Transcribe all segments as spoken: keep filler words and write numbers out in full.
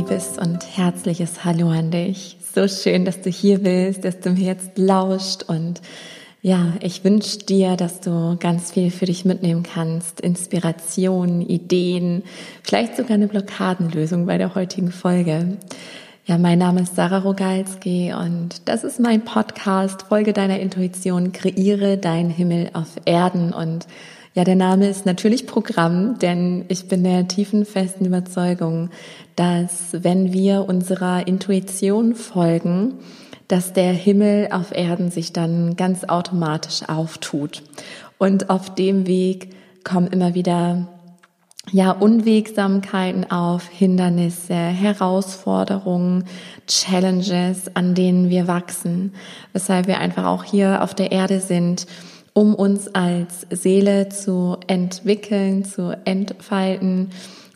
liebes und herzliches Hallo an dich. So schön, dass du hier bist, dass du mir jetzt lauscht und ja, ich wünsche dir, dass du ganz viel für dich mitnehmen kannst, Inspirationen, Ideen, vielleicht sogar eine Blockadenlösung bei der heutigen Folge. Ja, mein Name ist Sarah Rogalski und das ist mein Podcast, Folge deiner Intuition, kreiere deinen Himmel auf Erden. Und ja, der Name ist natürlich Programm, denn ich bin der tiefen, festen Überzeugung, dass wenn wir unserer Intuition folgen, dass der Himmel auf Erden sich dann ganz automatisch auftut. Und auf dem Weg kommen immer wieder ja Unwegsamkeiten auf, Hindernisse, Herausforderungen, Challenges, an denen wir wachsen, weshalb wir einfach auch hier auf der Erde sind, um uns als Seele zu entwickeln, zu entfalten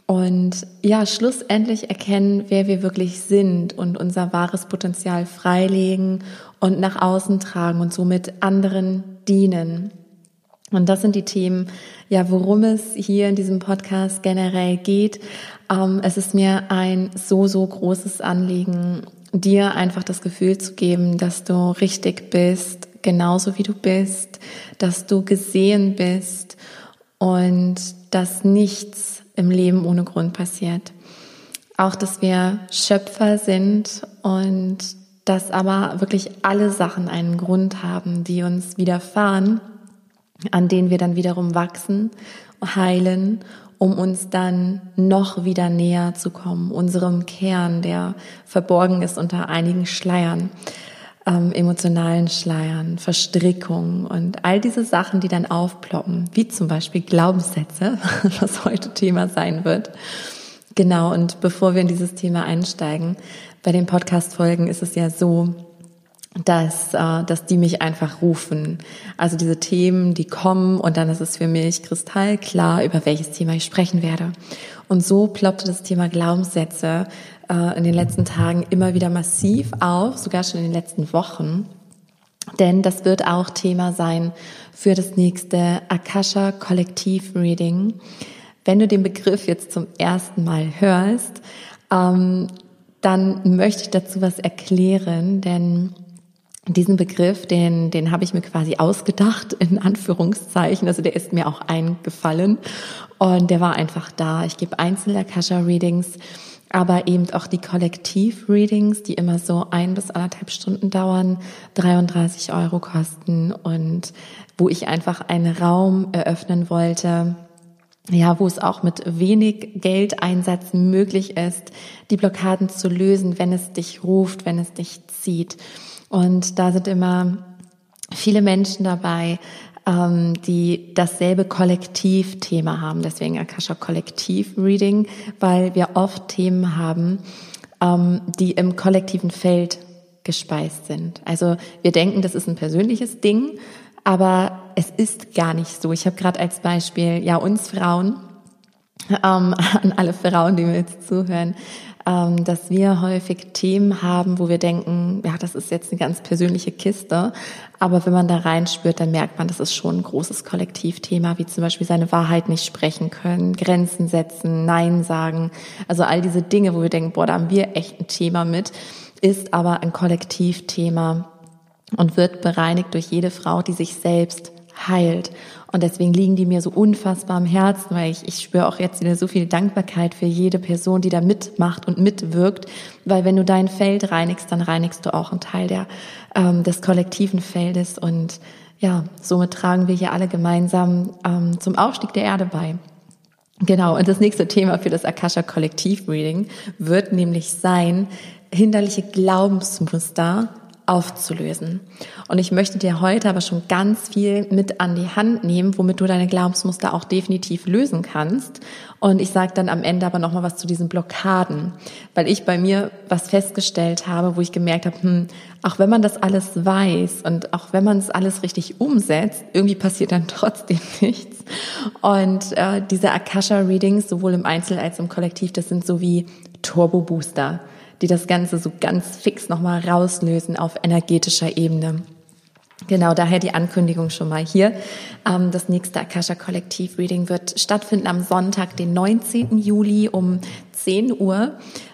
und ja, schlussendlich erkennen, wer wir wirklich sind und unser wahres Potenzial freilegen und nach außen tragen und somit anderen dienen. Und das sind die Themen, ja, worum es hier in diesem Podcast generell geht. Ähm, es ist mir ein so, so großes Anliegen, dir einfach das Gefühl zu geben, dass du richtig bist, genauso wie du bist, dass du gesehen bist und dass nichts im Leben ohne Grund passiert. Auch, dass wir Schöpfer sind und dass aber wirklich alle Sachen einen Grund haben, die uns widerfahren, an denen wir dann wiederum wachsen, heilen, um uns dann noch wieder näher zu kommen, unserem Kern, der verborgen ist unter einigen Schleiern, ähm, emotionalen Schleiern, Verstrickungen und all diese Sachen, die dann aufploppen, wie zum Beispiel Glaubenssätze, was heute Thema sein wird. Genau, und bevor wir in dieses Thema einsteigen, bei den Podcast-Folgen ist es ja so, dass, äh, dass die mich einfach rufen. Also diese Themen, die kommen und dann ist es für mich kristallklar, über welches Thema ich sprechen werde. Und so ploppte das Thema Glaubenssätze äh, in den letzten Tagen immer wieder massiv auf, sogar schon in den letzten Wochen. Denn das wird auch Thema sein für das nächste Akasha Kollektiv Reading. Wenn du den Begriff jetzt zum ersten Mal hörst, ähm, dann möchte ich dazu was erklären, denn diesen Begriff, den, den habe ich mir quasi ausgedacht, in Anführungszeichen. Also der ist mir auch eingefallen und der war einfach da. Ich gebe einzelne Akasha-Readings, aber eben auch die Kollektiv-Readings, die immer so ein bis anderthalb Stunden dauern, dreiunddreißig Euro kosten und wo ich einfach einen Raum eröffnen wollte, ja, wo es auch mit wenig Geldeinsatz möglich ist, die Blockaden zu lösen, wenn es dich ruft, wenn es dich zieht. Und da sind immer viele Menschen dabei, ähm, die dasselbe Kollektivthema haben. Deswegen Akasha Kollektiv Reading, weil wir oft Themen haben, ähm, die im kollektiven Feld gespeist sind. Also wir denken, das ist ein persönliches Ding, aber es ist gar nicht so. Ich habe gerade als Beispiel, ja, uns Frauen, ähm, an alle Frauen, die mir jetzt zuhören, ähm, dass wir häufig Themen haben, wo wir denken, ja, das ist jetzt eine ganz persönliche Kiste. Aber wenn man da reinspürt, dann merkt man, das ist schon ein großes Kollektivthema, wie zum Beispiel seine Wahrheit nicht sprechen können, Grenzen setzen, Nein sagen. Also all diese Dinge, wo wir denken, boah, da haben wir echt ein Thema mit, ist aber ein Kollektivthema und wird bereinigt durch jede Frau, die sich selbst heilt. Und deswegen liegen die mir so unfassbar am Herzen, weil ich, ich spüre auch jetzt wieder so viel Dankbarkeit für jede Person, die da mitmacht und mitwirkt, weil wenn du dein Feld reinigst, dann reinigst du auch einen Teil der, ähm, des kollektiven Feldes und ja, somit tragen wir hier alle gemeinsam ähm, zum Aufstieg der Erde bei. Genau, und das nächste Thema für das Akasha Kollektiv Reading wird nämlich sein, hinderliche Glaubensmuster aufzulösen. Und ich möchte dir heute aber schon ganz viel mit an die Hand nehmen, womit du deine Glaubensmuster auch definitiv lösen kannst. Und ich sage dann am Ende aber nochmal was zu diesen Blockaden, weil ich bei mir was festgestellt habe, wo ich gemerkt habe, hm, auch wenn man das alles weiß und auch wenn man es alles richtig umsetzt, irgendwie passiert dann trotzdem nichts. Und äh, diese Akasha-Readings, sowohl im Einzel- als auch im Kollektiv, das sind so wie Turbo-Booster, die das Ganze so ganz fix nochmal rauslösen auf energetischer Ebene. Genau, daher die Ankündigung schon mal hier. Ähm, das nächste Akasha Kollektiv Reading wird stattfinden am Sonntag, den neunzehnten Juli um zehn Uhr.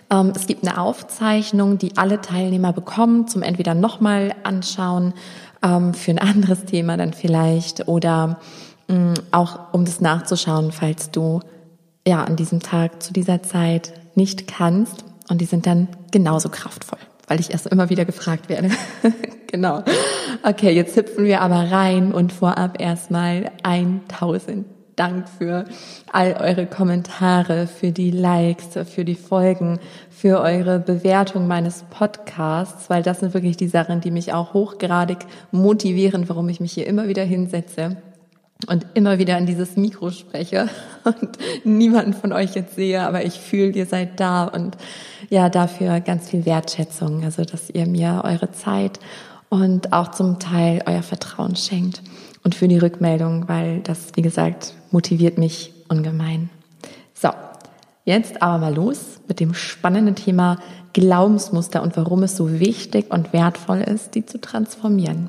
Ähm, es gibt eine Aufzeichnung, die alle Teilnehmer bekommen, zum entweder nochmal anschauen, ähm, für ein anderes Thema dann vielleicht oder mh, auch um das nachzuschauen, falls du ja an diesem Tag zu dieser Zeit nicht kannst. Und die sind dann genauso kraftvoll, weil ich erst immer wieder gefragt werde. Genau. Okay, jetzt hüpfen wir aber rein und vorab erstmal tausend Dank für all eure Kommentare, für die Likes, für die Folgen, für eure Bewertung meines Podcasts, weil das sind wirklich die Sachen, die mich auch hochgradig motivieren, warum ich mich hier immer wieder hinsetze und immer wieder in dieses Mikro spreche und niemanden von euch jetzt sehe, aber ich fühle, ihr seid da und ja, dafür ganz viel Wertschätzung, also dass ihr mir eure Zeit und auch zum Teil euer Vertrauen schenkt und für die Rückmeldung, weil das, wie gesagt, motiviert mich ungemein. So, jetzt aber mal los mit dem spannenden Thema Glaubensmuster und warum es so wichtig und wertvoll ist, die zu transformieren.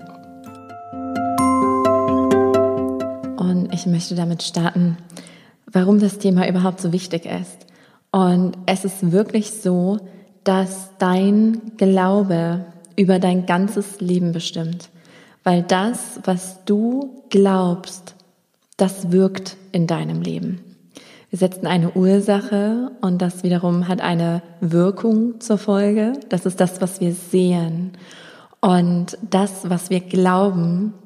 Und ich möchte damit starten, warum das Thema überhaupt so wichtig ist. Und es ist wirklich so, dass dein Glaube über dein ganzes Leben bestimmt. Weil das, was du glaubst, das wirkt in deinem Leben. Wir setzen eine Ursache und das wiederum hat eine Wirkung zur Folge. Das ist das, was wir sehen. Und das, was wir glauben,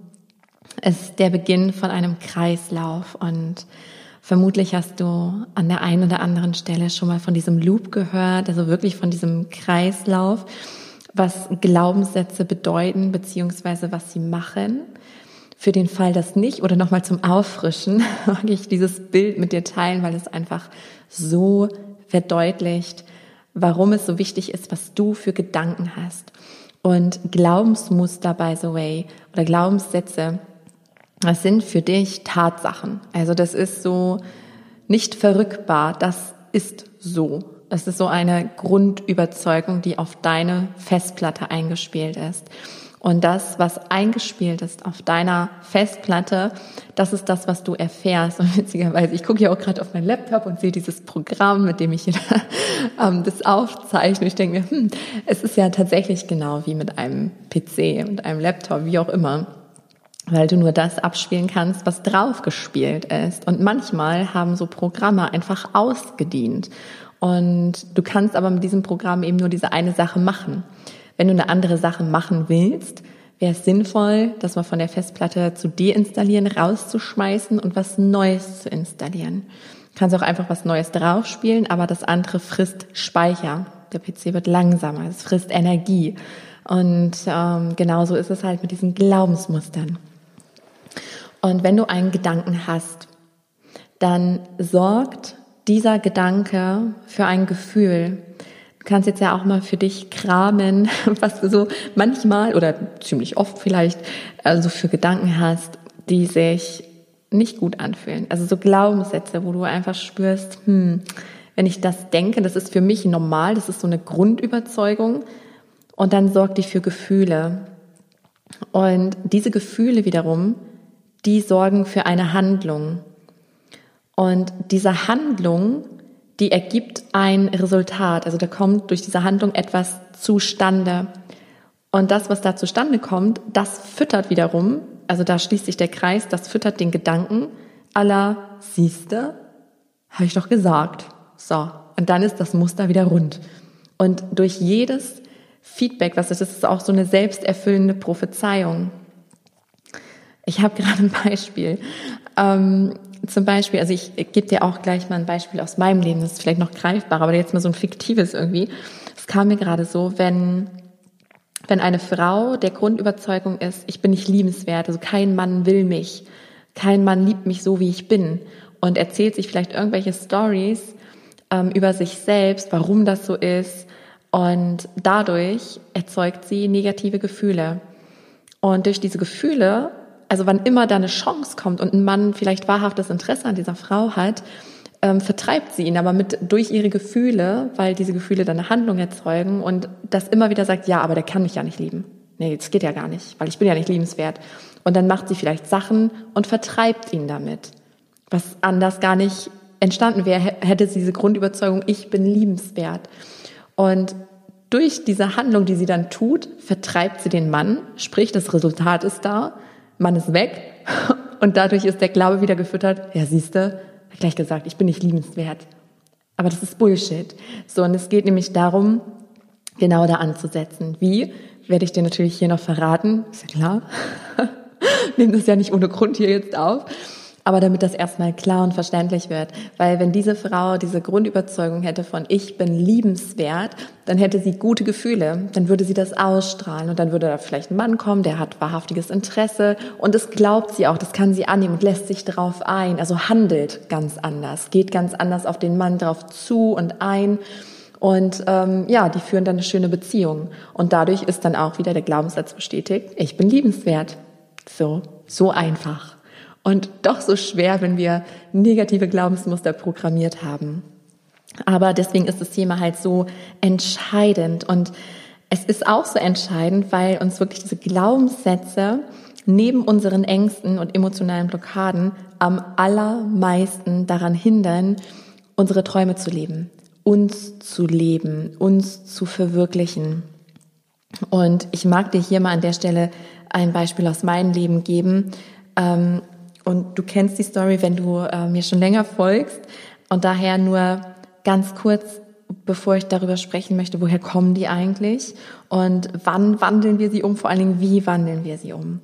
ist der Beginn von einem Kreislauf. Und vermutlich hast du an der einen oder anderen Stelle schon mal von diesem Loop gehört, also wirklich von diesem Kreislauf, was Glaubenssätze bedeuten, beziehungsweise was sie machen. Für den Fall, dass nicht, oder nochmal zum Auffrischen, mag ich dieses Bild mit dir teilen, weil es einfach so verdeutlicht, warum es so wichtig ist, was du für Gedanken hast. Und Glaubensmuster, by the way, oder Glaubenssätze, das sind für dich Tatsachen. Also das ist so nicht verrückbar, das ist so. Es ist so eine Grundüberzeugung, die auf deine Festplatte eingespielt ist. Und das, was eingespielt ist auf deiner Festplatte, das ist das, was du erfährst. Und witzigerweise, ich gucke ja auch gerade auf meinen Laptop und sehe dieses Programm, mit dem ich hier ähm, das aufzeichne. Ich denke mir, hm, es ist ja tatsächlich genau wie mit einem P C und einem Laptop, wie auch immer. Weil du nur das abspielen kannst, was draufgespielt ist. Und manchmal haben so Programme einfach ausgedient. Und du kannst aber mit diesem Programm eben nur diese eine Sache machen. Wenn du eine andere Sache machen willst, wäre es sinnvoll, das mal von der Festplatte zu deinstallieren, rauszuschmeißen und was Neues zu installieren. Du kannst auch einfach was Neues draufspielen, aber das andere frisst Speicher. Der P C wird langsamer, es frisst Energie. Und ähm, genauso ist es halt mit diesen Glaubensmustern. Und wenn du einen Gedanken hast, dann sorgt dieser Gedanke für ein Gefühl. Du kannst jetzt ja auch mal für dich kramen, was du so manchmal oder ziemlich oft vielleicht also für Gedanken hast, die sich nicht gut anfühlen. Also so Glaubenssätze, wo du einfach spürst, hm, wenn ich das denke, das ist für mich normal, das ist so eine Grundüberzeugung und dann sorgt die für Gefühle. Und diese Gefühle wiederum, die sorgen für eine Handlung. Und diese Handlung, die ergibt ein Resultat. Also da kommt durch diese Handlung etwas zustande. Und das, was da zustande kommt, das füttert wiederum, also da schließt sich der Kreis, das füttert den Gedanken aller, siehste, habe ich doch gesagt. So, und dann ist das Muster wieder rund. Und durch jedes Feedback, was ist, das ist auch so eine selbsterfüllende Prophezeiung. Ich habe gerade ein Beispiel. Ähm, zum Beispiel, also ich gebe dir auch gleich mal ein Beispiel aus meinem Leben, das ist vielleicht noch greifbarer, aber jetzt mal so ein fiktives irgendwie. Es kam mir gerade so, wenn, wenn eine Frau der Grundüberzeugung ist, ich bin nicht liebenswert, also kein Mann will mich, kein Mann liebt mich so, wie ich bin und erzählt sich vielleicht irgendwelche Stories ähm, über sich selbst, warum das so ist und dadurch erzeugt sie negative Gefühle. Und durch diese Gefühle, also wann immer da eine Chance kommt und ein Mann vielleicht wahrhaftes Interesse an dieser Frau hat, ähm, vertreibt sie ihn aber mit durch ihre Gefühle, weil diese Gefühle dann eine Handlung erzeugen und das immer wieder sagt, ja, aber der kann mich ja nicht lieben. Nee, das geht ja gar nicht, weil ich bin ja nicht liebenswert. Und dann macht sie vielleicht Sachen und vertreibt ihn damit, was anders gar nicht entstanden wäre, hätte sie diese Grundüberzeugung, ich bin liebenswert. Und durch diese Handlung, die sie dann tut, vertreibt sie den Mann, sprich das Resultat ist da, Mann ist weg und dadurch ist der Glaube wieder gefüttert. Ja, siehste, hat gleich gesagt, ich bin nicht liebenswert. Aber das ist Bullshit. So, und es geht nämlich darum, genau da anzusetzen. Wie? Werde ich dir natürlich hier noch verraten. Ist ja klar. Nimm das ja nicht ohne Grund hier jetzt auf. Aber damit das erstmal klar und verständlich wird. Weil wenn diese Frau diese Grundüberzeugung hätte von ich bin liebenswert, dann hätte sie gute Gefühle. Dann würde sie das ausstrahlen. Und dann würde da vielleicht ein Mann kommen, der hat wahrhaftiges Interesse. Und das glaubt sie auch, das kann sie annehmen und lässt sich darauf ein. Also handelt ganz anders, geht ganz anders auf den Mann drauf zu und ein. Und ähm, ja, die führen dann eine schöne Beziehung. Und dadurch ist dann auch wieder der Glaubenssatz bestätigt, ich bin liebenswert. So, so einfach. Und doch so schwer, wenn wir negative Glaubensmuster programmiert haben. Aber deswegen ist das Thema halt so entscheidend. Und es ist auch so entscheidend, weil uns wirklich diese Glaubenssätze neben unseren Ängsten und emotionalen Blockaden am allermeisten daran hindern, unsere Träume zu leben, uns zu leben, uns zu verwirklichen. Und ich mag dir hier mal an der Stelle ein Beispiel aus meinem Leben geben. Und du kennst die Story, wenn du mir schon länger folgst. Und daher nur ganz kurz, bevor ich darüber sprechen möchte, woher kommen die eigentlich? Und wann wandeln wir sie um? Vor allen Dingen, wie wandeln wir sie um?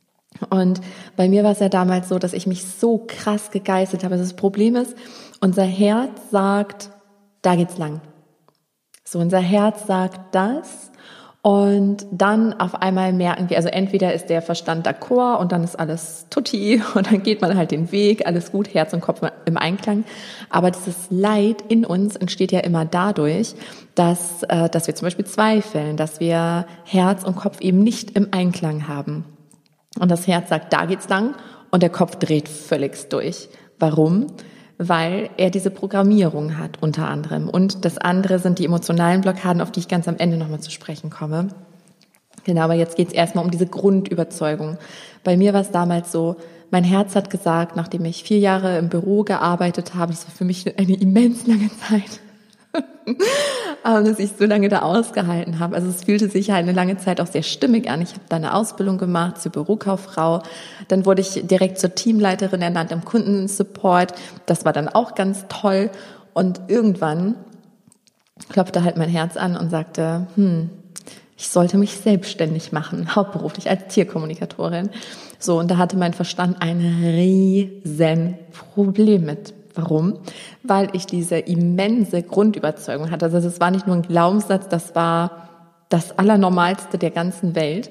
Und bei mir war es ja damals so, dass ich mich so krass gegeißelt habe. Das Problem ist, unser Herz sagt, da geht's lang. So, unser Herz sagt das und dann auf einmal merken wir, also entweder ist der Verstand d'accord und dann ist alles tutti und dann geht man halt den Weg, alles gut, Herz und Kopf im Einklang. Aber dieses Leid in uns entsteht ja immer dadurch, dass, äh, dass wir zum Beispiel zweifeln, dass wir Herz und Kopf eben nicht im Einklang haben. Und das Herz sagt, da geht's lang und der Kopf dreht völlig durch. Warum? Weil er diese Programmierung hat, unter anderem. Und das andere sind die emotionalen Blockaden, auf die ich ganz am Ende nochmal zu sprechen komme. Genau, aber jetzt geht's erstmal um diese Grundüberzeugung. Bei mir war es damals so, mein Herz hat gesagt, nachdem ich vier Jahre im Büro gearbeitet habe, das war für mich eine immens lange Zeit, dass ich so lange da ausgehalten habe. Also es fühlte sich halt eine lange Zeit auch sehr stimmig an. Ich habe da eine Ausbildung gemacht zur Bürokauffrau. Dann wurde ich direkt zur Teamleiterin ernannt im Kundensupport. Das war dann auch ganz toll. Und irgendwann klopfte halt mein Herz an und sagte, hm, ich sollte mich selbstständig machen, hauptberuflich als Tierkommunikatorin. So, und da hatte mein Verstand ein riesen Problem mit. Warum? Weil ich diese immense Grundüberzeugung hatte. Also das war nicht nur ein Glaubenssatz, das war das Allernormalste der ganzen Welt,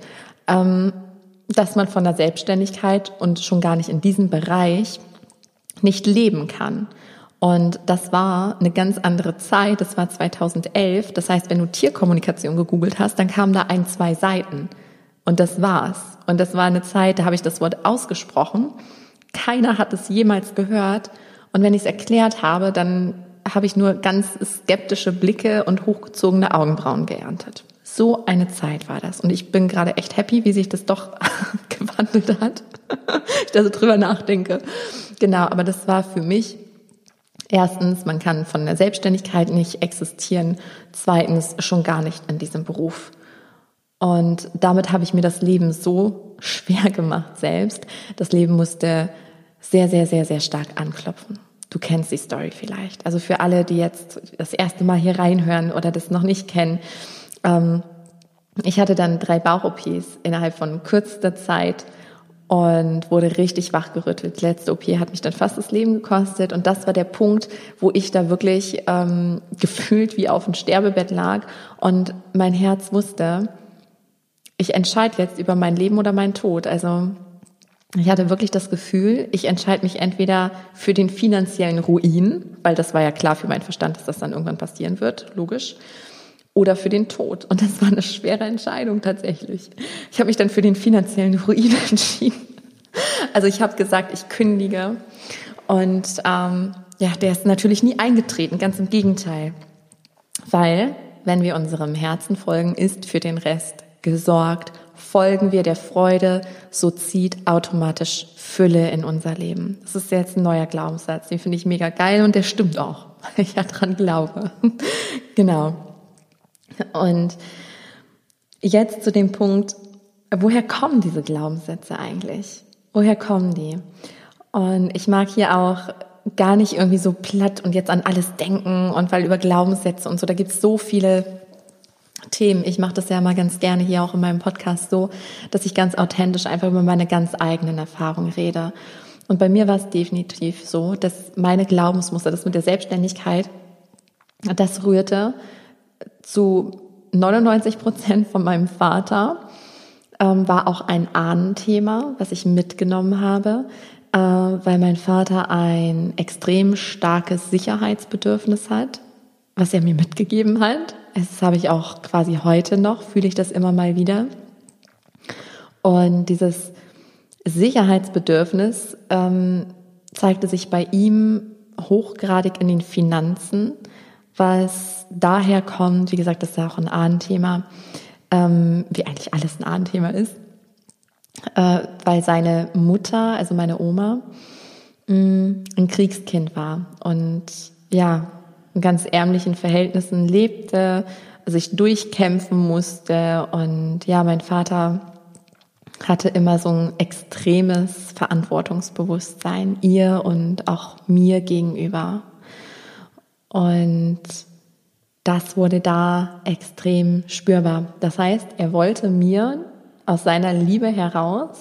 dass man von der Selbstständigkeit und schon gar nicht in diesem Bereich nicht leben kann. Und das war eine ganz andere Zeit, das war zweitausendelf. Das heißt, wenn du Tierkommunikation gegoogelt hast, dann kamen da ein, zwei Seiten. Und das war's. Und das war eine Zeit, da habe ich das Wort ausgesprochen. Keiner hat es jemals gehört. Und wenn ich es erklärt habe, dann habe ich nur ganz skeptische Blicke und hochgezogene Augenbrauen geerntet. So eine Zeit war das. Und ich bin gerade echt happy, wie sich das doch gewandelt hat. Ich da so drüber nachdenke. Genau, aber das war für mich erstens, man kann von der Selbstständigkeit nicht existieren. Zweitens, schon gar nicht in diesem Beruf. Und damit habe ich mir das Leben so schwer gemacht selbst. Das Leben musste sehr, sehr, sehr, sehr stark anklopfen. Du kennst die Story vielleicht. Also für alle, die jetzt das erste Mal hier reinhören oder das noch nicht kennen. Ähm, ich hatte dann drei Bauch-O Ps innerhalb von kürzester Zeit und wurde richtig wachgerüttelt. Die letzte O P hat mich dann fast das Leben gekostet. Und das war der Punkt, wo ich da wirklich ähm, gefühlt wie auf dem Sterbebett lag. Und mein Herz wusste, ich entscheide jetzt über mein Leben oder meinen Tod. Also ich hatte wirklich das Gefühl, ich entscheide mich entweder für den finanziellen Ruin, weil das war ja klar für meinen Verstand, dass das dann irgendwann passieren wird, logisch, oder für den Tod. Und das war eine schwere Entscheidung tatsächlich. Ich habe mich dann für den finanziellen Ruin entschieden. Also ich habe gesagt, ich kündige. Und ähm, ja, der ist natürlich nie eingetreten, ganz im Gegenteil. Weil, wenn wir unserem Herzen folgen, ist für den Rest gesorgt. Folgen wir der Freude, so zieht automatisch Fülle in unser Leben. Das ist jetzt ein neuer Glaubenssatz, den finde ich mega geil und der stimmt auch, weil ich ja dran glaube. Genau. Und jetzt zu dem Punkt, woher kommen diese Glaubenssätze eigentlich? Woher kommen die? Und ich mag hier auch gar nicht irgendwie so platt und jetzt an alles denken und weil über Glaubenssätze und so, da gibt es so viele Themen. Ich mache das ja mal ganz gerne hier auch in meinem Podcast so, dass ich ganz authentisch einfach über meine ganz eigenen Erfahrungen rede. Und bei mir war es definitiv so, dass meine Glaubensmuster, das mit der Selbstständigkeit, das rührte zu neunundneunzig Prozent von meinem Vater, ähm, war auch ein Ahnenthema, was ich mitgenommen habe, äh, weil mein Vater ein extrem starkes Sicherheitsbedürfnis hat, was er mir mitgegeben hat. Das habe ich auch quasi heute noch, fühle ich das immer mal wieder. Und dieses Sicherheitsbedürfnis ähm, zeigte sich bei ihm hochgradig in den Finanzen, was daher kommt, wie gesagt, das ist ja auch ein Ahnenthema, ähm, wie eigentlich alles ein Ahnenthema ist, äh, weil seine Mutter, also meine Oma, mh, ein Kriegskind war und ja, in ganz ärmlichen Verhältnissen lebte, sich durchkämpfen musste und ja, mein Vater hatte immer so ein extremes Verantwortungsbewusstsein ihr und auch mir gegenüber. Und das wurde da extrem spürbar. Das heißt, er wollte mir aus seiner Liebe heraus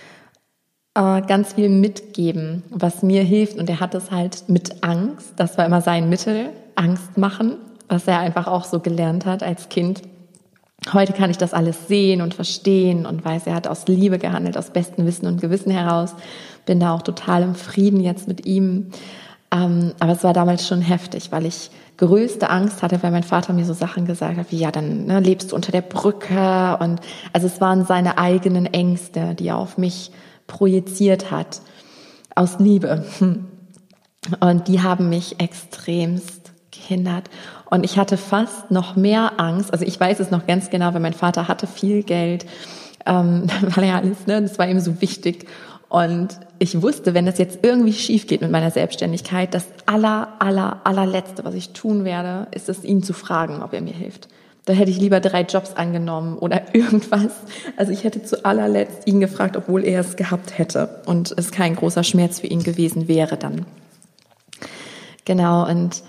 äh, ganz viel mitgeben, was mir hilft. Und er hat es halt mit Angst, das war immer sein Mittel, Angst machen, was er einfach auch so gelernt hat als Kind. Heute kann ich das alles sehen und verstehen und weiß, er hat aus Liebe gehandelt, aus bestem Wissen und Gewissen heraus. Bin da auch total im Frieden jetzt mit ihm. Ähm, aber es war damals schon heftig, weil ich größte Angst hatte, weil mein Vater mir so Sachen gesagt hat, wie ja, dann ne, lebst du unter der Brücke. Und also es waren seine eigenen Ängste, die er auf mich projiziert hat, aus Liebe. Und die haben mich extremst gehindert. Und ich hatte fast noch mehr Angst, also ich weiß es noch ganz genau, weil mein Vater hatte viel Geld, ähm, weil er alles, ne, das war ihm so wichtig. Und ich wusste, wenn das jetzt irgendwie schief geht mit meiner Selbstständigkeit, das aller, aller, allerletzte, was ich tun werde, ist es, ihn zu fragen, ob er mir hilft. Da hätte ich lieber drei Jobs angenommen oder irgendwas. Also ich hätte zu allerletzt ihn gefragt, obwohl er es gehabt hätte und es kein großer Schmerz für ihn gewesen wäre dann. Genau, und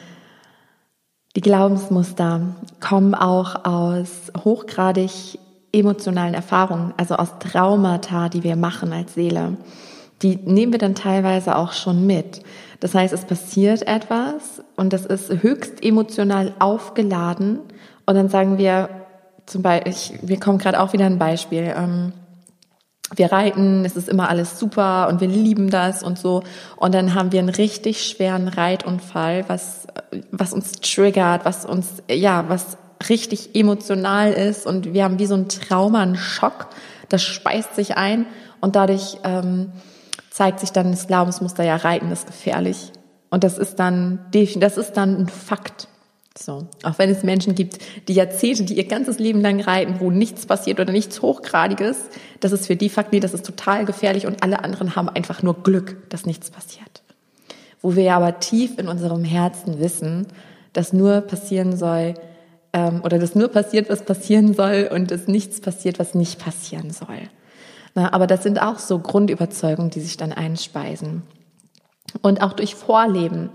die Glaubensmuster kommen auch aus hochgradig emotionalen Erfahrungen, also aus Traumata, die wir machen als Seele. Die nehmen wir dann teilweise auch schon mit. Das heißt, es passiert etwas und das ist höchst emotional aufgeladen und dann sagen wir zum Beispiel, ich, wir kommen gerade auch wieder ein Beispiel, ähm, wir reiten, es ist immer alles super und wir lieben das und so. Und dann haben wir einen richtig schweren Reitunfall, was, was uns triggert, was uns, ja, was richtig emotional ist. Und wir haben wie so ein Trauma, einen Schock, das speist sich ein und dadurch ähm, zeigt sich dann das Glaubensmuster, ja, Reiten ist gefährlich. Und das ist dann, das ist dann ein Fakt. So, auch wenn es Menschen gibt, die Jahrzehnte, die ihr ganzes Leben lang reiten, wo nichts passiert oder nichts Hochgradiges, das ist für die Fakt, nee, das ist total gefährlich und alle anderen haben einfach nur Glück, dass nichts passiert. Wo wir aber tief in unserem Herzen wissen, dass nur passieren soll, ähm, oder dass nur passiert, was passieren soll und dass nichts passiert, was nicht passieren soll. Na, aber das sind auch so Grundüberzeugungen, die sich dann einspeisen. Und auch durch Vorleben.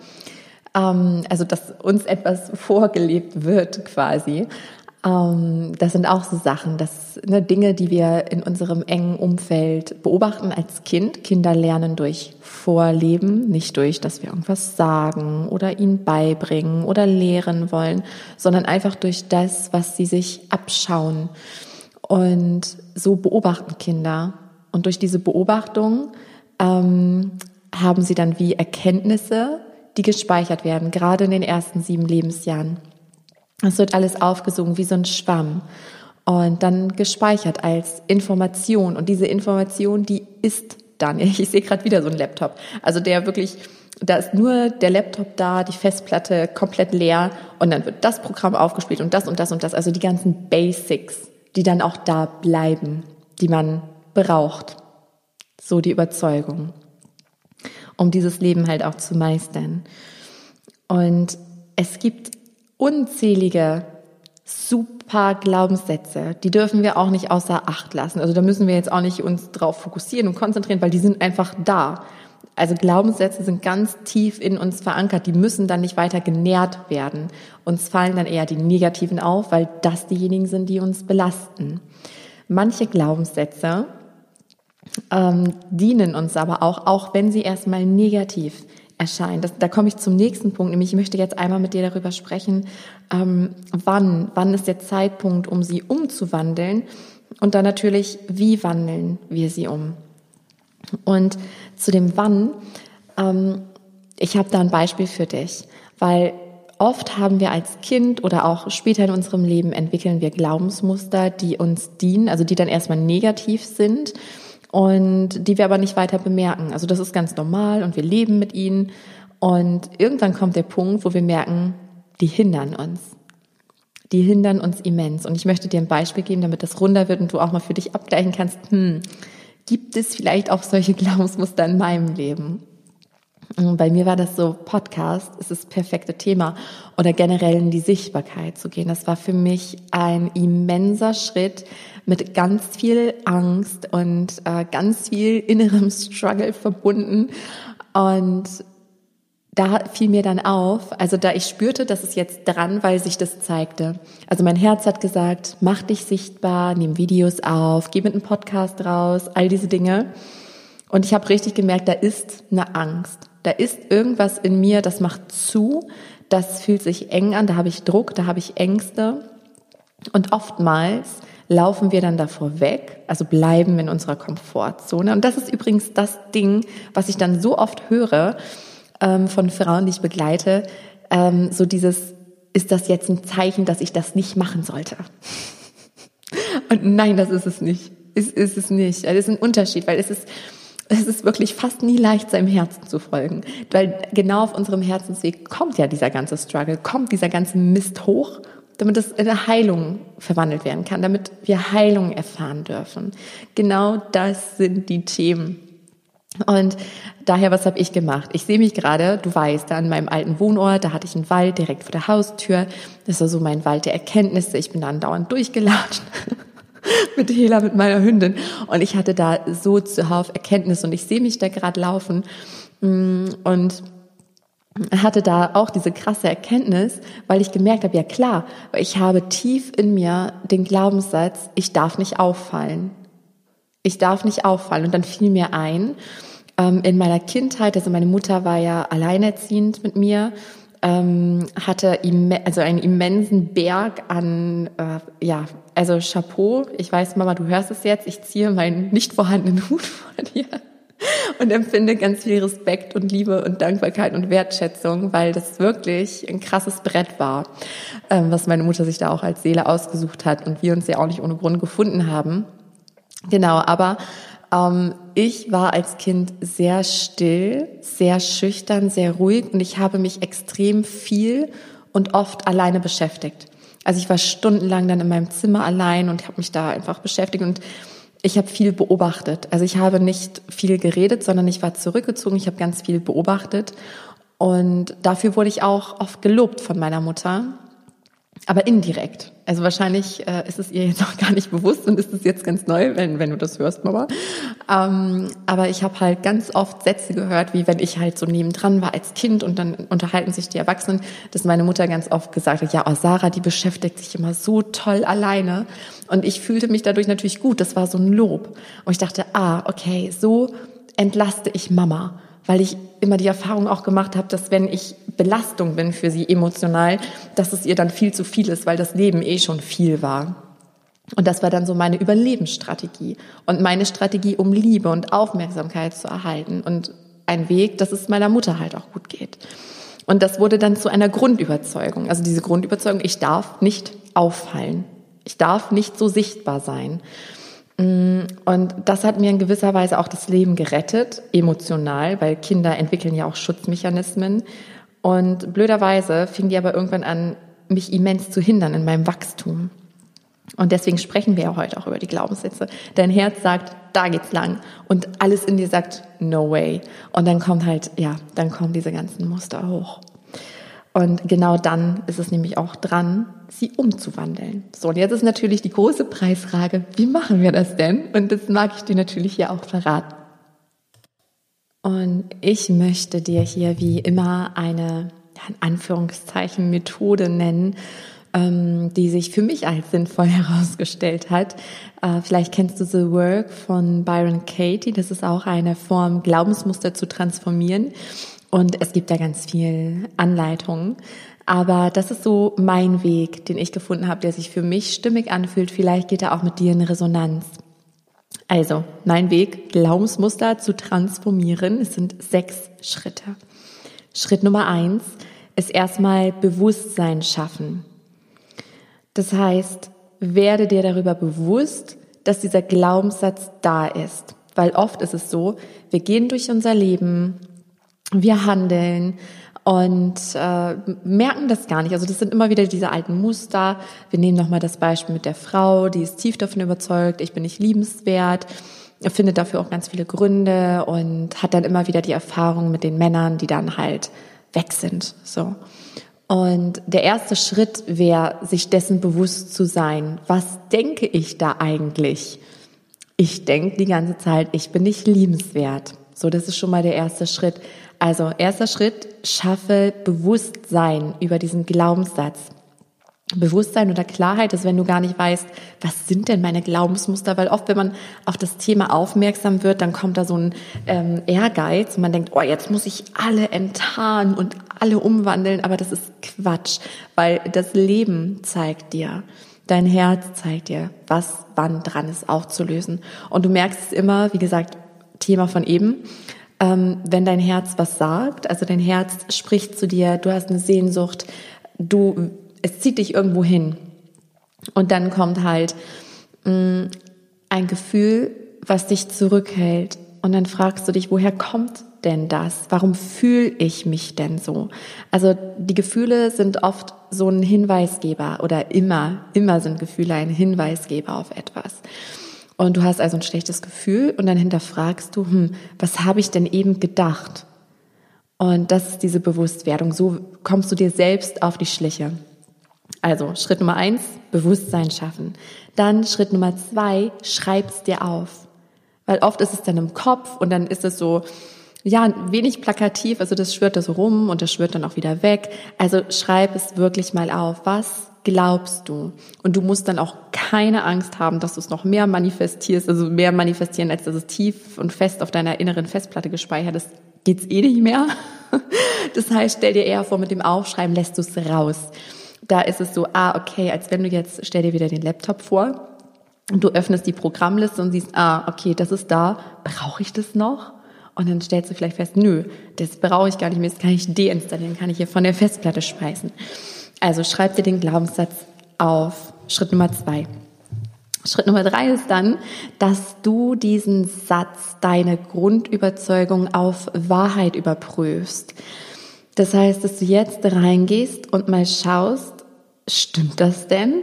Also, dass uns etwas vorgelebt wird quasi. Das sind auch so Sachen, dass ne, Dinge, die wir in unserem engen Umfeld beobachten als Kind. Kinder lernen durch Vorleben, nicht durch, dass wir irgendwas sagen oder ihnen beibringen oder lehren wollen, sondern einfach durch das, was sie sich abschauen. Und so beobachten Kinder. Und durch diese Beobachtung ähm, haben sie dann wie Erkenntnisse, die gespeichert werden, gerade in den ersten sieben Lebensjahren. Es wird alles aufgesogen wie so ein Schwamm und dann gespeichert als Information. Und diese Information, die ist dann, ich sehe gerade wieder so einen Laptop, also der wirklich, da ist nur der Laptop da, die Festplatte komplett leer und dann wird das Programm aufgespielt und das und das und das, also die ganzen Basics, die dann auch da bleiben, die man braucht. So die Überzeugung, um dieses Leben halt auch zu meistern. Und es gibt unzählige super Glaubenssätze, die dürfen wir auch nicht außer Acht lassen. Also da müssen wir jetzt auch nicht uns drauf fokussieren und konzentrieren, weil die sind einfach da. Also Glaubenssätze sind ganz tief in uns verankert, die müssen dann nicht weiter genährt werden. Uns fallen dann eher die negativen auf, weil das diejenigen sind, die uns belasten. Manche Glaubenssätze ähm, dienen uns aber auch, auch wenn sie erstmal negativ erscheinen. Das, da komme ich zum nächsten Punkt, nämlich ich möchte jetzt einmal mit dir darüber sprechen, ähm, wann, wann ist der Zeitpunkt, um sie umzuwandeln und dann natürlich, wie wandeln wir sie um. Und zu dem Wann, ähm, ich habe da ein Beispiel für dich, weil oft haben wir als Kind oder auch später in unserem Leben entwickeln wir Glaubensmuster, die uns dienen, also die dann erstmal negativ sind und die wir aber nicht weiter bemerken. Also das ist ganz normal und wir leben mit ihnen und irgendwann kommt der Punkt, wo wir merken, die hindern uns. Die hindern uns immens. Und ich möchte dir ein Beispiel geben, damit das runder wird und du auch mal für dich abgleichen kannst, hm, gibt es vielleicht auch solche Glaubensmuster in meinem Leben? Bei mir war das so, Podcast ist das perfekte Thema oder generell in die Sichtbarkeit zu gehen. Das war für mich ein immenser Schritt mit ganz viel Angst und äh, ganz viel innerem Struggle verbunden. Und da fiel mir dann auf, also da ich spürte, dass es jetzt dran, weil sich das zeigte. Also mein Herz hat gesagt, mach dich sichtbar, nimm Videos auf, geh mit einem Podcast raus, all diese Dinge. Und ich habe richtig gemerkt, da ist eine Angst. Da ist irgendwas in mir, das macht zu, das fühlt sich eng an, da habe ich Druck, da habe ich Ängste. Und oftmals laufen wir dann davor weg, also bleiben in unserer Komfortzone. Und das ist übrigens das Ding, was ich dann so oft höre, Ähm, von Frauen, die ich begleite, ähm, so dieses, ist das jetzt ein Zeichen, dass ich das nicht machen sollte? Und nein, das ist es nicht. Ist, ist es nicht. Das ist ein Unterschied, weil es ist, es ist wirklich fast nie leicht, seinem Herzen zu folgen. Weil genau auf unserem Herzensweg kommt ja dieser ganze Struggle, kommt dieser ganze Mist hoch, damit es in eine Heilung verwandelt werden kann, damit wir Heilung erfahren dürfen. Genau das sind die Themen. Und daher, was habe ich gemacht? Ich sehe mich gerade, du weißt, da an meinem alten Wohnort, da hatte ich einen Wald direkt vor der Haustür. Das war so mein Wald der Erkenntnisse. Ich bin da andauernd durchgelatscht mit Hela, mit meiner Hündin. Und ich hatte da so zuhauf Erkenntnis und ich sehe mich da gerade laufen und hatte da auch diese krasse Erkenntnis, weil ich gemerkt habe, ja klar, ich habe tief in mir den Glaubenssatz, ich darf nicht auffallen. Ich darf nicht auffallen. Und dann fiel mir ein, ähm, in meiner Kindheit, also meine Mutter war ja alleinerziehend mit mir, ähm, hatte imme- also einen immensen Berg an, äh, ja, also Chapeau. Ich weiß, Mama, du hörst es jetzt, ich ziehe meinen nicht vorhandenen Hut vor dir und empfinde ganz viel Respekt und Liebe und Dankbarkeit und Wertschätzung, weil das wirklich ein krasses Brett war, ähm, was meine Mutter sich da auch als Seele ausgesucht hat und wir uns ja auch nicht ohne Grund gefunden haben. Genau, aber ähm, ich war als Kind sehr still, sehr schüchtern, sehr ruhig und ich habe mich extrem viel und oft alleine beschäftigt. Also ich war stundenlang dann in meinem Zimmer allein und habe mich da einfach beschäftigt und ich habe viel beobachtet. Also ich habe nicht viel geredet, sondern ich war zurückgezogen, ich habe ganz viel beobachtet und dafür wurde ich auch oft gelobt von meiner Mutter. Aber indirekt. Also wahrscheinlich äh, ist es ihr jetzt auch gar nicht bewusst und ist es jetzt ganz neu, wenn wenn du das hörst, Mama. Ähm, aber ich habe halt ganz oft Sätze gehört, wie wenn ich halt so nebendran war als Kind und dann unterhalten sich die Erwachsenen, dass meine Mutter ganz oft gesagt hat, ja, oh, Sarah, die beschäftigt sich immer so toll alleine. Und ich fühlte mich dadurch natürlich gut. Das war so ein Lob. Und ich dachte, ah, okay, so entlaste ich Mama. Weil ich immer die Erfahrung auch gemacht habe, dass wenn ich Belastung bin für sie emotional, dass es ihr dann viel zu viel ist, weil das Leben eh schon viel war. Und das war dann so meine Überlebensstrategie und meine Strategie, um Liebe und Aufmerksamkeit zu erhalten und ein Weg, dass es meiner Mutter halt auch gut geht. Und das wurde dann zu einer Grundüberzeugung, also diese Grundüberzeugung, ich darf nicht auffallen, ich darf nicht so sichtbar sein. Und das hat mir in gewisser Weise auch das Leben gerettet, emotional, weil Kinder entwickeln ja auch Schutzmechanismen. Und blöderweise fing die aber irgendwann an, mich immens zu hindern in meinem Wachstum. Und deswegen sprechen wir ja heute auch über die Glaubenssätze. Dein Herz sagt, da geht's lang. Und alles in dir sagt, no way. Und dann kommt halt, ja, dann kommen diese ganzen Muster hoch. Und genau dann ist es nämlich auch dran, sie umzuwandeln. So, und jetzt ist natürlich die große Preisfrage, wie machen wir das denn? Und das mag ich dir natürlich hier auch verraten. Und ich möchte dir hier wie immer eine, ja, in Anführungszeichen, Methode nennen, ähm, die sich für mich als sinnvoll herausgestellt hat. Äh, vielleicht kennst du The Work von Byron Katie. Das ist auch eine Form, Glaubensmuster zu transformieren. Und es gibt da ganz viel Anleitungen. Aber das ist so mein Weg, den ich gefunden habe, der sich für mich stimmig anfühlt. Vielleicht geht er auch mit dir in Resonanz. Also, mein Weg, Glaubensmuster zu transformieren. Es sind sechs Schritte. Schritt Nummer eins ist erstmal Bewusstsein schaffen. Das heißt, werde dir darüber bewusst, dass dieser Glaubenssatz da ist. Weil oft ist es so, wir gehen durch unser Leben, wir handeln und äh, merken das gar nicht. Also das sind immer wieder diese alten Muster. Wir nehmen nochmal das Beispiel mit der Frau, die ist tief davon überzeugt, ich bin nicht liebenswert, findet dafür auch ganz viele Gründe und hat dann immer wieder die Erfahrung mit den Männern, die dann halt weg sind. So. Und der erste Schritt wäre, sich dessen bewusst zu sein. Was denke ich da eigentlich? Ich denke die ganze Zeit, ich bin nicht liebenswert. So, das ist schon mal der erste Schritt. Also, erster Schritt, schaffe Bewusstsein über diesen Glaubenssatz. Bewusstsein oder Klarheit ist, wenn du gar nicht weißt, was sind denn meine Glaubensmuster, weil oft, wenn man auf das Thema aufmerksam wird, dann kommt da so ein ähm, Ehrgeiz und man denkt, oh, jetzt muss ich alle enttarnen und alle umwandeln, aber das ist Quatsch, weil das Leben zeigt dir, dein Herz zeigt dir, was wann dran ist aufzulösen. Und du merkst es immer, wie gesagt, Thema von eben, ähm, wenn dein Herz was sagt, also dein Herz spricht zu dir, du hast eine Sehnsucht, du es zieht dich irgendwo hin. Und dann kommt halt mh, ein Gefühl, was dich zurückhält. Und dann fragst du dich, woher kommt denn das? Warum fühle ich mich denn so? Also die Gefühle sind oft so ein Hinweisgeber oder immer, immer sind Gefühle ein Hinweisgeber auf etwas. Und du hast also ein schlechtes Gefühl und dann hinterfragst du, hm, was habe ich denn eben gedacht? Und das ist diese Bewusstwerdung. So kommst du dir selbst auf die Schliche. Also Schritt Nummer eins, Bewusstsein schaffen. Dann Schritt Nummer zwei, schreib's dir auf. Weil oft ist es dann im Kopf und dann ist es so, ja, wenig plakativ, also das schwirrt da so rum und das schwirrt dann auch wieder weg. Also schreib es wirklich mal auf. Was glaubst du? Und du musst dann auch keine Angst haben, dass du es noch mehr manifestierst, also mehr manifestieren, als dass es tief und fest auf deiner inneren Festplatte gespeichert ist, geht's eh nicht mehr. Das heißt, stell dir eher vor, mit dem Aufschreiben lässt du es raus. Da ist es so, ah, okay, als wenn du jetzt, stell dir wieder den Laptop vor und du öffnest die Programmliste und siehst, ah, okay, das ist da, brauche ich das noch? Und dann stellst du vielleicht fest, nö, das brauche ich gar nicht mehr, das kann ich deinstallieren, kann ich hier von der Festplatte speisen. Also schreib dir den Glaubenssatz auf. Schritt Nummer zwei. Schritt Nummer drei ist dann, dass du diesen Satz, deine Grundüberzeugung auf Wahrheit überprüfst. Das heißt, dass du jetzt reingehst und mal schaust, stimmt das denn?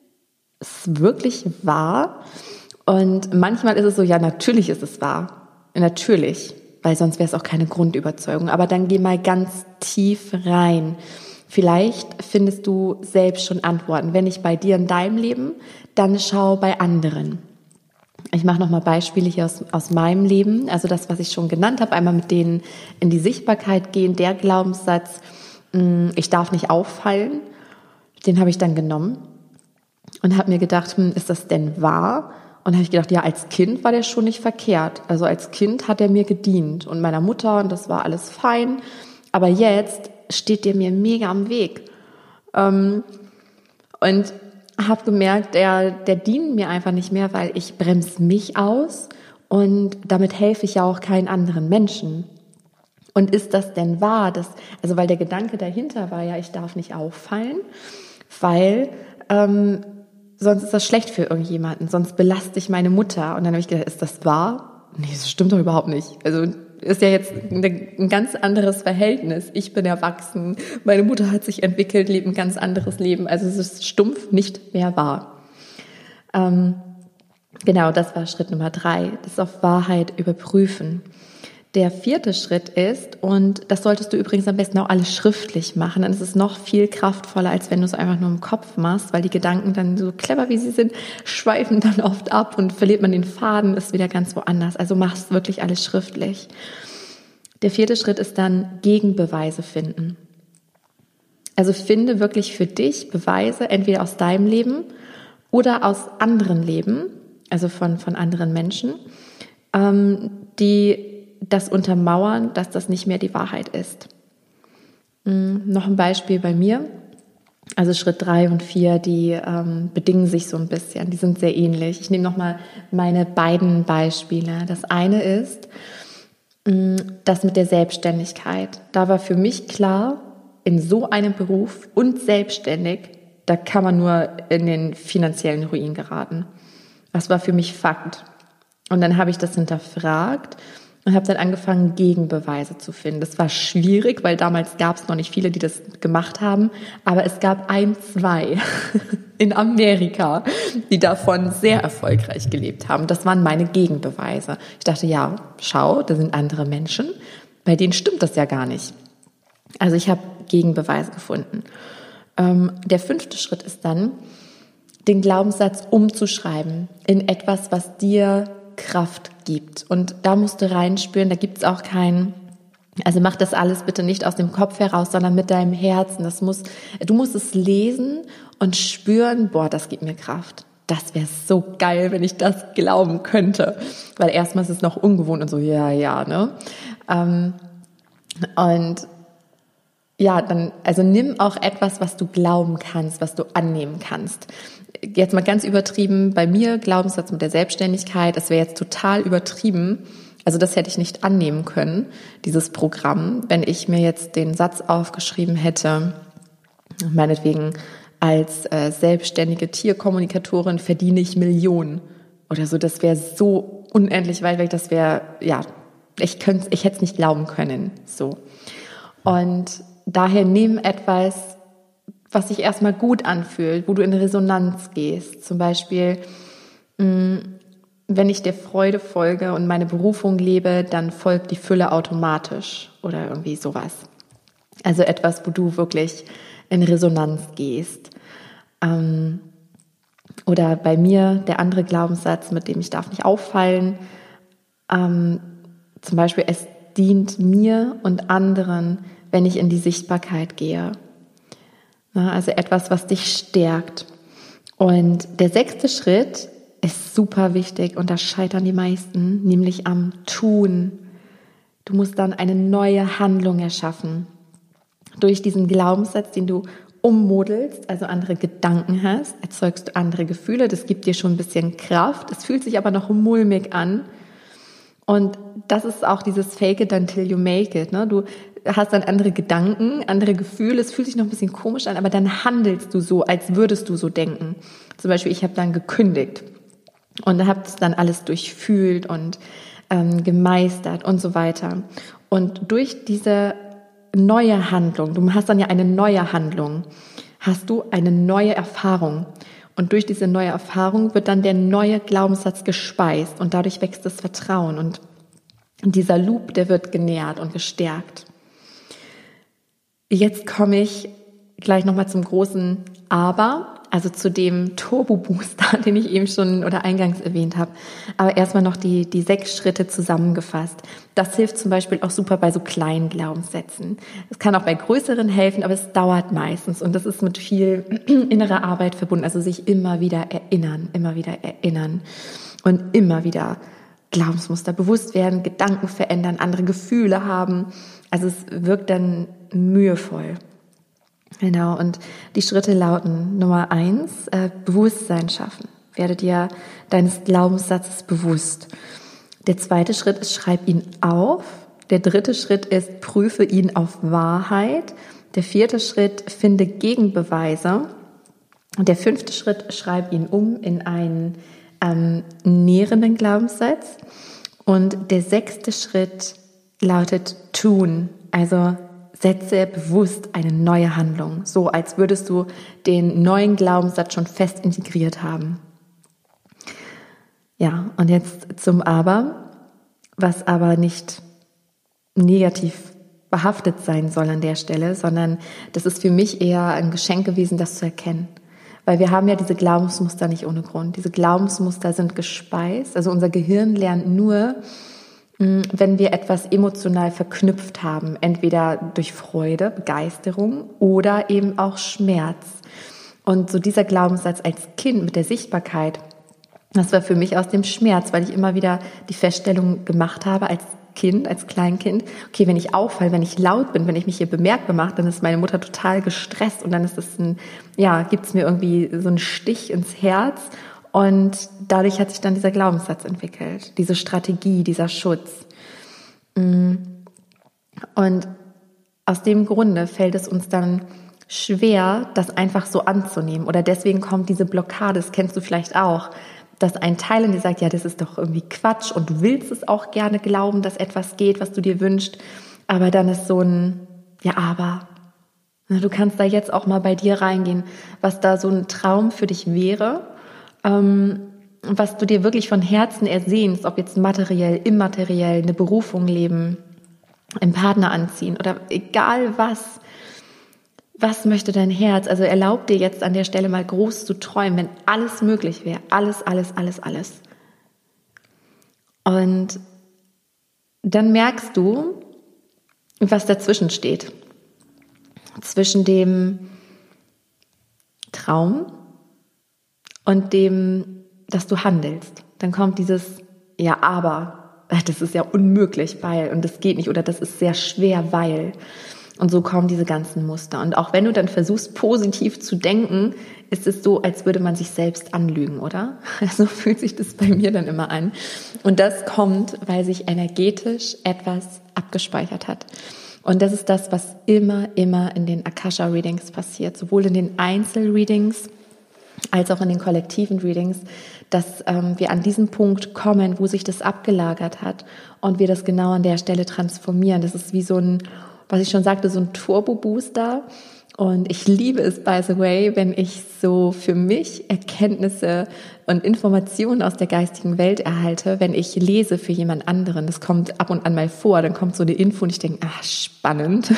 Ist es wirklich wahr? Und manchmal ist es so, ja, natürlich ist es wahr. Natürlich, weil sonst wäre es auch keine Grundüberzeugung. Aber dann geh mal ganz tief rein. Vielleicht findest du selbst schon Antworten. Wenn nicht bei dir in deinem Leben, dann schau bei anderen. Ich mache nochmal Beispiele hier aus, aus meinem Leben. Also das, was ich schon genannt habe, einmal mit denen in die Sichtbarkeit gehen, der Glaubenssatz, ich darf nicht auffallen, den habe ich dann genommen und habe mir gedacht, hm, ist das denn wahr? Und habe ich gedacht, ja, als Kind war der schon nicht verkehrt. Also als Kind hat er mir gedient und meiner Mutter und das war alles fein. Aber jetzt steht der mir mega am Weg. Und habe gemerkt, der, der dient mir einfach nicht mehr, weil ich bremse mich aus und damit helfe ich ja auch keinen anderen Menschen. Und ist das denn wahr? Dass, also weil der Gedanke dahinter war ja, ich darf nicht auffallen, weil ähm, sonst ist das schlecht für irgendjemanden, sonst belaste ich meine Mutter. Und dann habe ich gedacht, ist das wahr? Nee, das stimmt doch überhaupt nicht. Also ist ja jetzt ein ganz anderes Verhältnis. Ich bin erwachsen, meine Mutter hat sich entwickelt, lebt ein ganz anderes Leben. Also es ist stumpf nicht mehr wahr. Ähm, genau, das war Schritt Nummer drei, das auf Wahrheit überprüfen. Der vierte Schritt ist, und das solltest du übrigens am besten auch alles schriftlich machen, dann ist es noch viel kraftvoller, als wenn du es einfach nur im Kopf machst, weil die Gedanken dann so clever wie sie sind, schweifen dann oft ab und verliert man den Faden, ist wieder ganz woanders. Also machst wirklich alles schriftlich. Der vierte Schritt ist dann Gegenbeweise finden. Also finde wirklich für dich Beweise, entweder aus deinem Leben oder aus anderen Leben, also von, von anderen Menschen, ähm, die das untermauern, dass das nicht mehr die Wahrheit ist. Mhm, noch ein Beispiel bei mir. Also Schritt drei und vier, die ähm, bedingen sich so ein bisschen, die sind sehr ähnlich. Ich nehme nochmal meine beiden Beispiele. Das eine ist mh, das mit der Selbstständigkeit. Da war für mich klar, in so einem Beruf und selbstständig, da kann man nur in den finanziellen Ruin geraten. Das war für mich Fakt. Und dann habe ich das hinterfragt und habe dann angefangen, Gegenbeweise zu finden. Das war schwierig, weil damals gab es noch nicht viele, die das gemacht haben. Aber es gab ein, zwei in Amerika, die davon sehr erfolgreich gelebt haben. Das waren meine Gegenbeweise. Ich dachte, ja, schau, da sind andere Menschen. Bei denen stimmt das ja gar nicht. Also ich habe Gegenbeweise gefunden. Ähm, der fünfte Schritt ist dann, den Glaubenssatz umzuschreiben in etwas, was dir Kraft gibt. Und da musst du reinspüren, da gibt es auch keinen, also mach das alles bitte nicht aus dem Kopf heraus, sondern mit deinem Herzen. Das muss, du musst es lesen und spüren, boah, das gibt mir Kraft. Das wäre so geil, wenn ich das glauben könnte. Weil erstmal ist es noch ungewohnt und so, ja, ja, ne? Ähm, und ja, dann, also nimm auch etwas, was du glauben kannst, was du annehmen kannst. Jetzt mal ganz übertrieben, bei mir Glaubenssatz mit der Selbstständigkeit, das wäre jetzt total übertrieben. Also das hätte ich nicht annehmen können, dieses Programm, wenn ich mir jetzt den Satz aufgeschrieben hätte, meinetwegen als äh, selbstständige Tierkommunikatorin verdiene ich Millionen oder so. Das wäre so unendlich weit weg, das wäre, ja, ich könnte, ich hätte es nicht glauben können, so. Und daher nimm etwas, was sich erstmal gut anfühlt, wo du in Resonanz gehst. Zum Beispiel, wenn ich der Freude folge und meine Berufung lebe, dann folgt die Fülle automatisch oder irgendwie sowas. Also etwas, wo du wirklich in Resonanz gehst. Oder bei mir der andere Glaubenssatz, mit dem ich darf nicht auffallen. Zum Beispiel, es dient mir und anderen, wenn ich in die Sichtbarkeit gehe. Also etwas, was dich stärkt. Und der sechste Schritt ist super wichtig und da scheitern die meisten, nämlich am Tun. Du musst dann eine neue Handlung erschaffen. Durch diesen Glaubenssatz, den du ummodelst, also andere Gedanken hast, erzeugst du andere Gefühle. Das gibt dir schon ein bisschen Kraft. Es fühlt sich aber noch mulmig an. Und das ist auch dieses Fake it until you make it. Ne? Du hast dann andere Gedanken, andere Gefühle. Es fühlt sich noch ein bisschen komisch an, aber dann handelst du so, als würdest du so denken. Zum Beispiel, ich habe dann gekündigt und habe es dann alles durchfühlt und ähm, gemeistert und so weiter. Und durch diese neue Handlung, du hast dann ja eine neue Handlung, hast du eine neue Erfahrung. Und durch diese neue Erfahrung wird dann der neue Glaubenssatz gespeist und dadurch wächst das Vertrauen. Und dieser Loop, der wird genährt und gestärkt. Jetzt komme ich gleich nochmal zum großen Aber, also zu dem Turbo-Booster, den ich eben schon oder eingangs erwähnt habe. Aber erstmal noch die, die sechs Schritte zusammengefasst. Das hilft zum Beispiel auch super bei so kleinen Glaubenssätzen. Es kann auch bei größeren helfen, aber es dauert meistens und das ist mit viel innerer Arbeit verbunden. Also sich immer wieder erinnern, immer wieder erinnern und immer wieder Glaubensmuster bewusst werden, Gedanken verändern, andere Gefühle haben. Also es wirkt dann mühevoll. Genau, und die Schritte lauten Nummer eins, äh, Bewusstsein schaffen. Werde dir deines Glaubenssatzes bewusst. Der zweite Schritt ist, schreib ihn auf. Der dritte Schritt ist, prüfe ihn auf Wahrheit. Der vierte Schritt, finde Gegenbeweise. Und der fünfte Schritt, schreib ihn um in einen ähm, nährenden Glaubenssatz. Und der sechste Schritt lautet tun, also setze bewusst eine neue Handlung, so als würdest du den neuen Glaubenssatz schon fest integriert haben. Ja, und jetzt zum Aber, was aber nicht negativ behaftet sein soll an der Stelle, sondern das ist für mich eher ein Geschenk gewesen, das zu erkennen. Weil wir haben ja diese Glaubensmuster nicht ohne Grund. Diese Glaubensmuster sind gespeist. Also unser Gehirn lernt nur, wenn wir etwas emotional verknüpft haben, entweder durch Freude, Begeisterung oder eben auch Schmerz. Und so dieser Glaubenssatz als Kind mit der Sichtbarkeit, das war für mich aus dem Schmerz, weil ich immer wieder die Feststellung gemacht habe als Kind, als Kleinkind, okay, wenn ich auffalle, wenn ich laut bin, wenn ich mich hier bemerkbar mache, dann ist meine Mutter total gestresst und dann ist es ein, ja, gibt's mir irgendwie so einen Stich ins Herz und dadurch hat sich dann dieser Glaubenssatz entwickelt, diese Strategie, dieser Schutz. Und aus dem Grunde fällt es uns dann schwer, das einfach so anzunehmen oder deswegen kommt diese Blockade, das kennst du vielleicht auch, dass ein Teil in dir sagt, ja, das ist doch irgendwie Quatsch und du willst es auch gerne glauben, dass etwas geht, was du dir wünschst, aber dann ist so ein, ja, aber. Du kannst da jetzt auch mal bei dir reingehen, was da so ein Traum für dich wäre, ähm, was du dir wirklich von Herzen ersehnst, ob jetzt materiell, immateriell, eine Berufung leben, einen Partner anziehen oder egal was. Was möchte dein Herz? Also erlaub dir jetzt an der Stelle mal groß zu träumen, wenn alles möglich wäre. Alles, alles, alles, alles. Und dann merkst du, was dazwischen steht. Zwischen dem Traum und dem, dass du handelst. Dann kommt dieses, ja, aber, das ist ja unmöglich, weil, und das geht nicht, oder das ist sehr schwer, weil. Und so kommen diese ganzen Muster. Und auch wenn du dann versuchst, positiv zu denken, ist es so, als würde man sich selbst anlügen, oder? So fühlt sich das bei mir dann immer an. Und das kommt, weil sich energetisch etwas abgespeichert hat. Und das ist das, was immer, immer in den Akasha-Readings passiert. Sowohl in den Einzel-Readings als auch in den kollektiven Readings, dass ähm, wir an diesen Punkt kommen, wo sich das abgelagert hat und wir das genau an der Stelle transformieren. Das ist wie so ein, was ich schon sagte, so ein Turbo-Booster. Und ich liebe es, by the way, wenn ich so für mich Erkenntnisse und Informationen aus der geistigen Welt erhalte, wenn ich lese für jemand anderen. Das kommt ab und an mal vor, dann kommt so eine Info und ich denke, ah, spannend.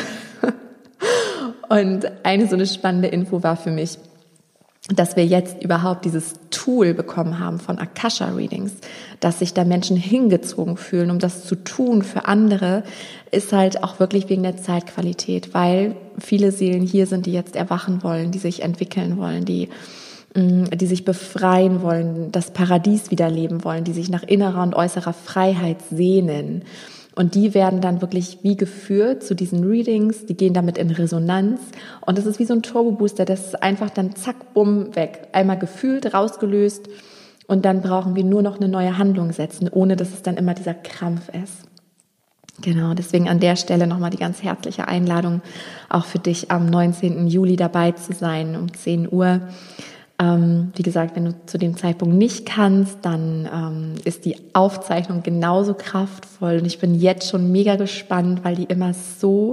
Und eine so eine spannende Info war für mich, dass wir jetzt überhaupt dieses Tool bekommen haben von Akasha-Readings, dass sich da Menschen hingezogen fühlen, um das zu tun für andere, ist halt auch wirklich wegen der Zeitqualität, weil viele Seelen hier sind, die jetzt erwachen wollen, die sich entwickeln wollen, die, die sich befreien wollen, das Paradies wieder leben wollen, die sich nach innerer und äußerer Freiheit sehnen. Und die werden dann wirklich wie geführt zu diesen Readings, die gehen damit in Resonanz und das ist wie so ein Turbo-Booster, das ist einfach dann zack, bumm, weg. Einmal gefühlt, rausgelöst und dann brauchen wir nur noch eine neue Handlung setzen, ohne dass es dann immer dieser Krampf ist. Genau, deswegen an der Stelle nochmal die ganz herzliche Einladung, auch für dich am neunzehnten Juli dabei zu sein um zehn Uhr. Ähm, wie gesagt, wenn du zu dem Zeitpunkt nicht kannst, dann ähm, ist die Aufzeichnung genauso kraftvoll und ich bin jetzt schon mega gespannt, weil die immer so,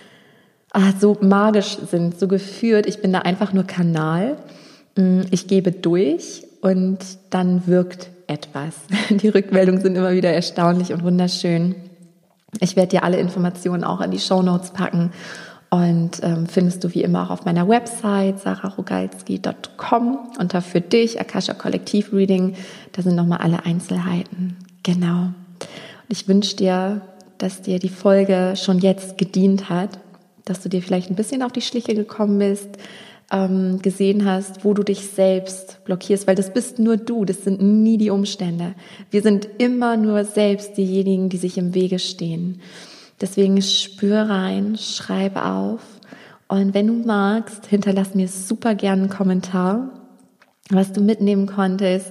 ah, so magisch sind, so geführt. Ich bin da einfach nur Kanal. Ich gebe durch und dann wirkt etwas. Die Rückmeldungen sind immer wieder erstaunlich und wunderschön. Ich werde dir alle Informationen auch in die Shownotes packen. Und ähm, findest du wie immer auch auf meiner Website sarah rogalski punkt com unter für dich, Akasha Kollektiv Reading. Da sind nochmal alle Einzelheiten. Genau. Und ich wünsche dir, dass dir die Folge schon jetzt gedient hat, dass du dir vielleicht ein bisschen auf die Schliche gekommen bist, ähm, gesehen hast, wo du dich selbst blockierst, weil das bist nur du, das sind nie die Umstände. Wir sind immer nur selbst diejenigen, die sich im Wege stehen. Deswegen spür rein, schreib auf und wenn du magst, hinterlass mir super gerne einen Kommentar, was du mitnehmen konntest.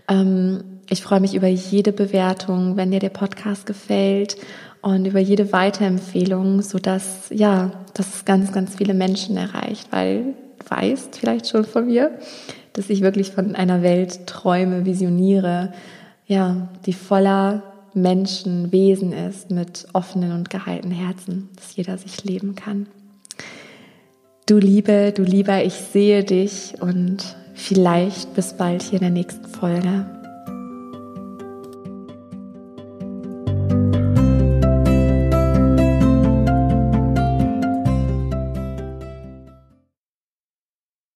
Ich freue mich über jede Bewertung, wenn dir der Podcast gefällt und über jede Weiterempfehlung, sodass ja, dass es ganz, ganz viele Menschen erreicht, weil du weißt vielleicht schon von mir, dass ich wirklich von einer Welt träume, visioniere, ja, die voller Menschen, Wesen ist mit offenen und geheilten Herzen, dass jeder sich leben kann. Du Liebe, du Lieber, ich sehe dich und vielleicht bis bald hier in der nächsten Folge.